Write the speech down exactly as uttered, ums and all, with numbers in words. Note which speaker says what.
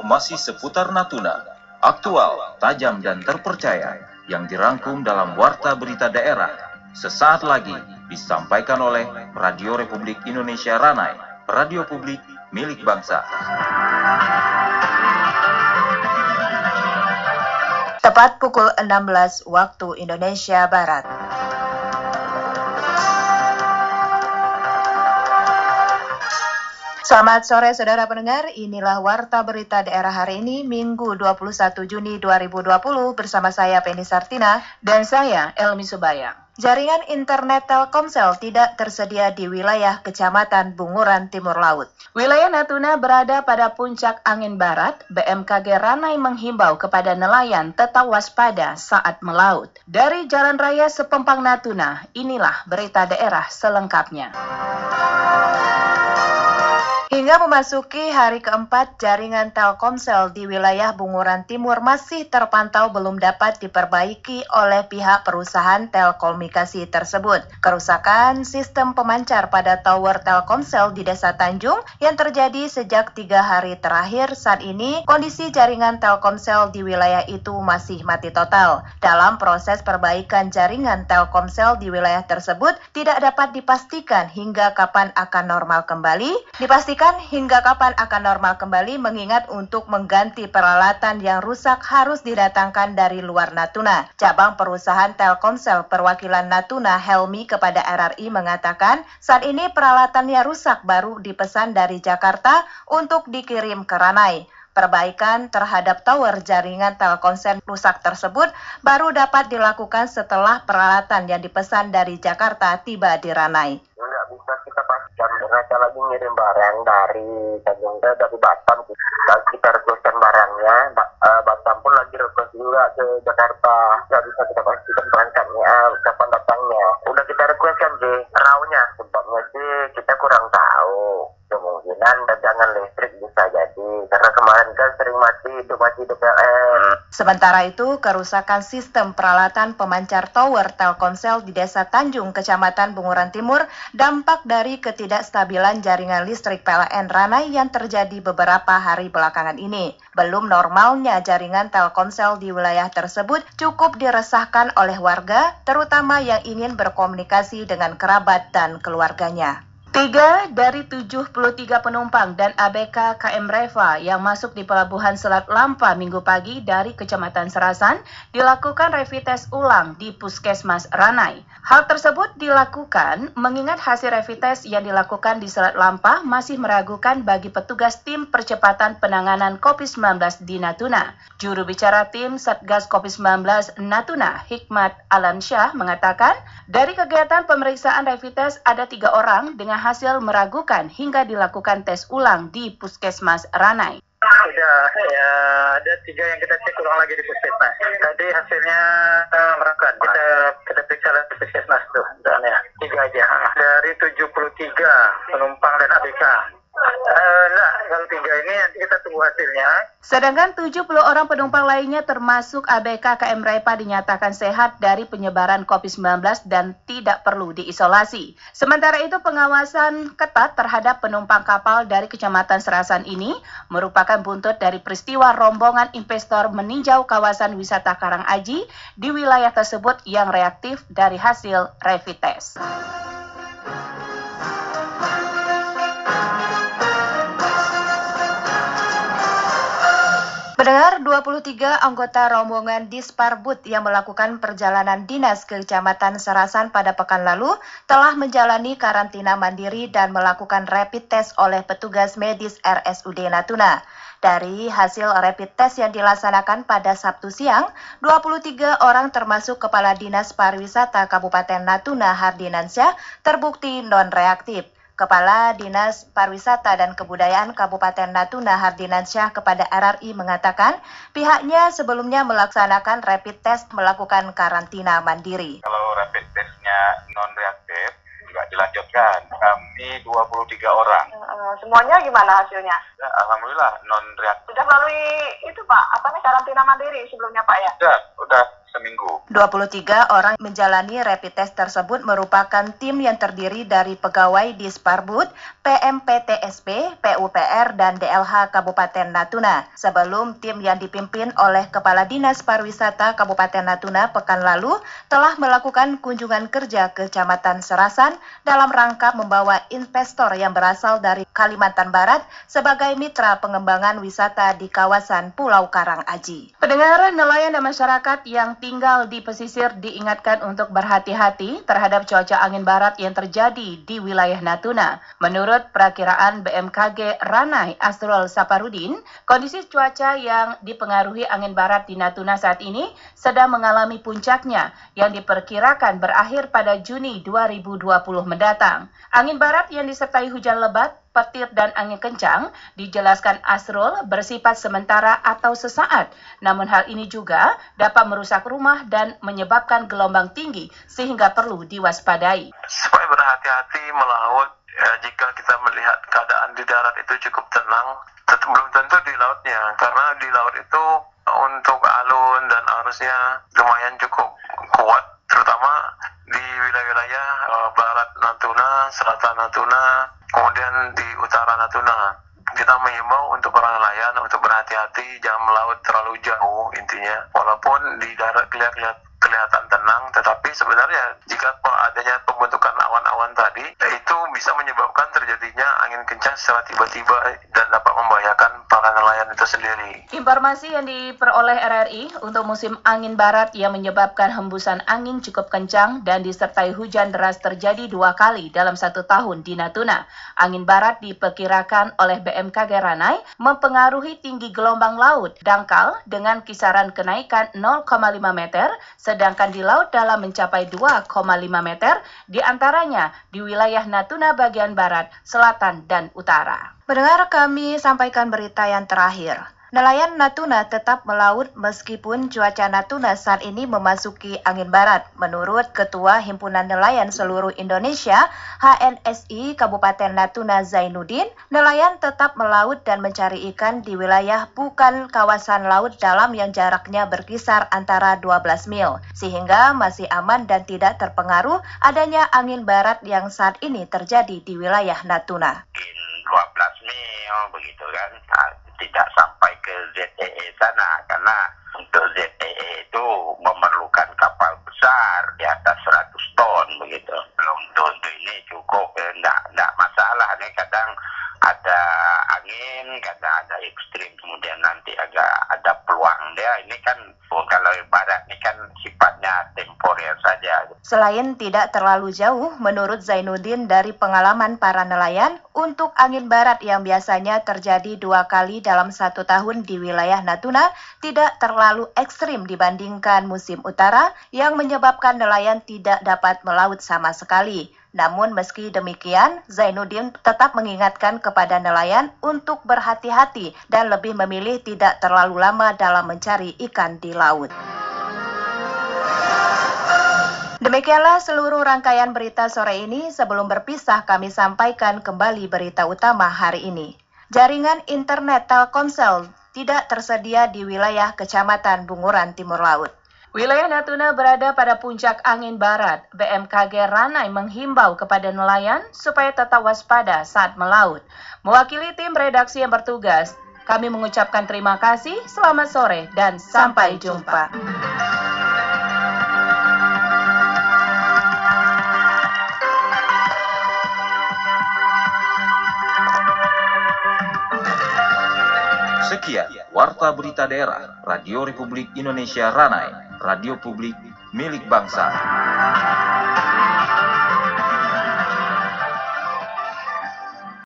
Speaker 1: Informasi seputar Natuna, aktual, tajam, dan terpercaya yang dirangkum dalam Warta Berita Daerah. Sesaat lagi disampaikan oleh Radio Republik Indonesia Ranai, radio publik milik bangsa.
Speaker 2: Tepat pukul enam belas waktu Indonesia Barat. Selamat sore saudara pendengar, inilah Warta Berita Daerah hari ini Minggu dua puluh satu Juni dua ribu dua puluh bersama saya Penny Sartina
Speaker 3: dan saya Elmi Subaya.
Speaker 2: Jaringan internet Telkomsel tidak tersedia di wilayah Kecamatan Bunguran Timur Laut.
Speaker 3: Wilayah Natuna berada pada puncak angin barat. B M K G Ranai menghimbau kepada nelayan tetap waspada saat melaut. Dari Jalan Raya Sepempang Natuna, inilah berita daerah selengkapnya.
Speaker 2: Hingga memasuki hari keempat, jaringan Telkomsel di wilayah Bunguran Timur masih terpantau belum dapat diperbaiki oleh pihak perusahaan telekomunikasi tersebut. Kerusakan sistem pemancar pada tower Telkomsel di Desa Tanjung yang terjadi sejak tiga hari terakhir. Saat ini, kondisi jaringan Telkomsel di wilayah itu masih mati total. Dalam proses perbaikan jaringan Telkomsel di wilayah tersebut, tidak dapat dipastikan hingga kapan akan normal kembali. Dipastikan hingga kapan akan normal kembali mengingat untuk mengganti peralatan yang rusak harus didatangkan dari luar Natuna. Cabang perusahaan Telkomsel perwakilan Natuna Helmi kepada R R I mengatakan saat ini peralatannya rusak baru dipesan dari Jakarta untuk dikirim ke Ranai. Perbaikan terhadap tower jaringan Telkomsel rusak tersebut baru dapat dilakukan setelah peralatan yang dipesan dari Jakarta tiba di Ranai.
Speaker 4: Nggak bisa kita pastikan mereka lagi ngirim barang dari Tanjung dari Batam. Kita requestkan barangnya, Batam pun lagi request juga ke Jakarta. Nggak bisa kita pastikan berangkatnya, kapan datangnya. Udah kita requestkan sih, raunya. Sebabnya sih kita kurang tahu. Kemungkinan dagangan listrik bisa jadi karena kemarin kan sering mati itu mati D P L.
Speaker 2: Sementara itu, kerusakan sistem peralatan pemancar tower Telkomsel di Desa Tanjung, Kecamatan Bunguran Timur dampak dari ketidakstabilan jaringan listrik P L N Ranai yang terjadi beberapa hari belakangan ini. Belum normalnya jaringan Telkomsel di wilayah tersebut cukup diresahkan oleh warga, terutama yang ingin berkomunikasi dengan kerabat dan keluarganya.
Speaker 3: Tiga dari tujuh puluh tiga penumpang dan A B K K M Reva yang masuk di Pelabuhan Selat Lampa minggu pagi dari Kecamatan Serasan dilakukan rapid test ulang di Puskesmas Ranai. Hal tersebut dilakukan mengingat hasil rapid test yang dilakukan di Selat Lampa masih meragukan bagi petugas tim percepatan penanganan covid sembilan belas di Natuna. Juru bicara tim Satgas covid sembilan belas Natuna, Hikmat Alansyah, mengatakan dari kegiatan pemeriksaan rapid test ada tiga orang dengan hasil meragukan hingga dilakukan tes ulang di Puskesmas Ranai.
Speaker 4: Sudah ya, ada tiga yang kita cek ulang lagi di Puskesmas. Tadi hasilnya uh, meragukan. Kita kita periksa lagi di Puskesmas tuh. Dan ya, tiga aja. Dari tujuh puluh tiga penumpang dan A B K. Uh, nah, kalau tiga ini nanti kita tunggu hasilnya.
Speaker 3: Sedangkan tujuh puluh orang penumpang lainnya termasuk A B K K M Reva dinyatakan sehat dari penyebaran covid sembilan belas dan tidak perlu diisolasi. Sementara itu pengawasan ketat terhadap penumpang kapal dari Kecamatan Serasan ini merupakan buntut dari peristiwa rombongan investor meninjau kawasan wisata Karangaji di wilayah tersebut yang reaktif dari hasil rapid test.
Speaker 2: Pendengar, dua puluh tiga anggota rombongan Disparbud yang melakukan perjalanan dinas ke Kecamatan Serasan pada pekan lalu telah menjalani karantina mandiri dan melakukan rapid test oleh petugas medis R S U D Natuna. Dari hasil rapid test yang dilaksanakan pada Sabtu siang, dua puluh tiga orang termasuk Kepala Dinas Pariwisata Kabupaten Natuna Hardinansyah terbukti non-reaktif. Kepala Dinas Pariwisata dan Kebudayaan Kabupaten Natuna Hardinansyah kepada R R I mengatakan pihaknya sebelumnya melaksanakan rapid test melakukan karantina mandiri.
Speaker 5: Kalau rapid testnya non-reaktif, nggak dilanjutkan. Kami dua puluh tiga orang.
Speaker 6: Uh, semuanya gimana hasilnya?
Speaker 5: Ya, alhamdulillah non-reaktif.
Speaker 6: Sudah melalui itu Pak, apa nih karantina mandiri sebelumnya Pak ya?
Speaker 5: Sudah, sudah seminggu.
Speaker 2: dua puluh tiga orang menjalani rapid test tersebut merupakan tim yang terdiri dari pegawai Disparbud, P M P T S P, P U P R, dan D L H Kabupaten Natuna. Sebelum tim yang dipimpin oleh Kepala Dinas Pariwisata Kabupaten Natuna pekan lalu telah melakukan kunjungan kerja ke Kecamatan Serasan dalam rangka membawa investor yang berasal dari Kalimantan Barat sebagai mitra pengembangan wisata di kawasan Pulau Karangaji.
Speaker 3: Pendengar, nelayan dan masyarakat yang tinggal di pesisir diingatkan untuk berhati-hati terhadap cuaca angin barat yang terjadi di wilayah Natuna. Menurut perakiraan B M K G Ranai Asrul Saparudin, kondisi cuaca yang dipengaruhi angin barat di Natuna saat ini sedang mengalami puncaknya yang diperkirakan berakhir pada Juni dua ribu dua puluh mendatang. Angin barat yang disertai hujan lebat, petir dan angin kencang, dijelaskan Asrul bersifat sementara atau sesaat. Namun hal ini juga dapat merusak rumah dan menyebabkan gelombang tinggi sehingga perlu diwaspadai.
Speaker 7: Supaya berhati-hati melaut, ya, jika kita melihat keadaan di darat itu cukup tenang, tetap belum tentu di lautnya. Karena di laut itu untuk alun dan arusnya lumayan cukup kuat, terutama di wilayah-wilayah uh, barat Natuna, selatan Natuna, kemudian di utara Natuna. Kita mengimbau untuk para nelayan untuk berhati-hati, jangan melaut terlalu jauh intinya. Walaupun di darat kelihatan kelihatan tenang, tetapi sebenarnya jika adanya pembentukan awan-awan tadi, itu bisa menyebabkan terjadinya angin kencang secara tiba-tiba dan dapat membahayakan para nelayan itu sendiri.
Speaker 3: Informasi yang diperoleh R R I untuk musim angin barat yang menyebabkan hembusan angin cukup kencang dan disertai hujan deras terjadi dua kali dalam satu tahun di Natuna. Angin barat diperkirakan oleh B M K G Ranai mempengaruhi tinggi gelombang laut dangkal dengan kisaran kenaikan nol koma lima meter, sedangkan di laut dalam mencapai dua koma lima meter, di antaranya di wilayah Natuna bagian barat, selatan, dan utara.
Speaker 2: Pendengar, kami sampaikan berita yang terakhir. Nelayan Natuna tetap melaut meskipun cuaca Natuna saat ini memasuki angin barat. Menurut Ketua Himpunan Nelayan Seluruh Indonesia H N S I Kabupaten Natuna Zainuddin, nelayan tetap melaut dan mencari ikan di wilayah bukan kawasan laut dalam yang jaraknya berkisar antara dua belas mil, sehingga masih aman dan tidak terpengaruh adanya angin barat yang saat ini terjadi di wilayah Natuna.
Speaker 8: dua belas mil begitu kan, nah, tidak sampai ke Z T E sana, karena untuk Z T E itu memerlukan kapal besar di atas seratus ton begitu. Kalau untuk, untuk ini cukup, eh, enggak, enggak masalah nih, kadang ada angin, kadang ada ekstrim, kemudian nanti agak ada peluang dia. Ini kan kalau barat ini kan sifatnya temporer saja.
Speaker 2: Selain tidak terlalu jauh, menurut Zainuddin dari pengalaman para nelayan, untuk angin barat yang biasanya terjadi dua kali dalam satu tahun di wilayah Natuna tidak terlalu ekstrim dibandingkan musim utara yang menyebabkan nelayan tidak dapat melaut sama sekali. Namun meski demikian, Zainuddin tetap mengingatkan kepada nelayan untuk berhati-hati dan lebih memilih tidak terlalu lama dalam mencari ikan di laut. Demikianlah seluruh rangkaian berita sore ini. Sebelum berpisah, kami sampaikan kembali berita utama hari ini. Jaringan internet Telkomsel tidak tersedia di wilayah Kecamatan Bunguran Timur Laut.
Speaker 3: Wilayah Natuna berada pada puncak angin barat. B M K G Ranai menghimbau kepada nelayan supaya tetap waspada saat melaut. Mewakili tim redaksi yang bertugas, kami mengucapkan terima kasih, selamat sore, dan sampai jumpa.
Speaker 1: Sekian Warta Berita Daerah Radio Republik Indonesia Ranai, radio publik milik bangsa.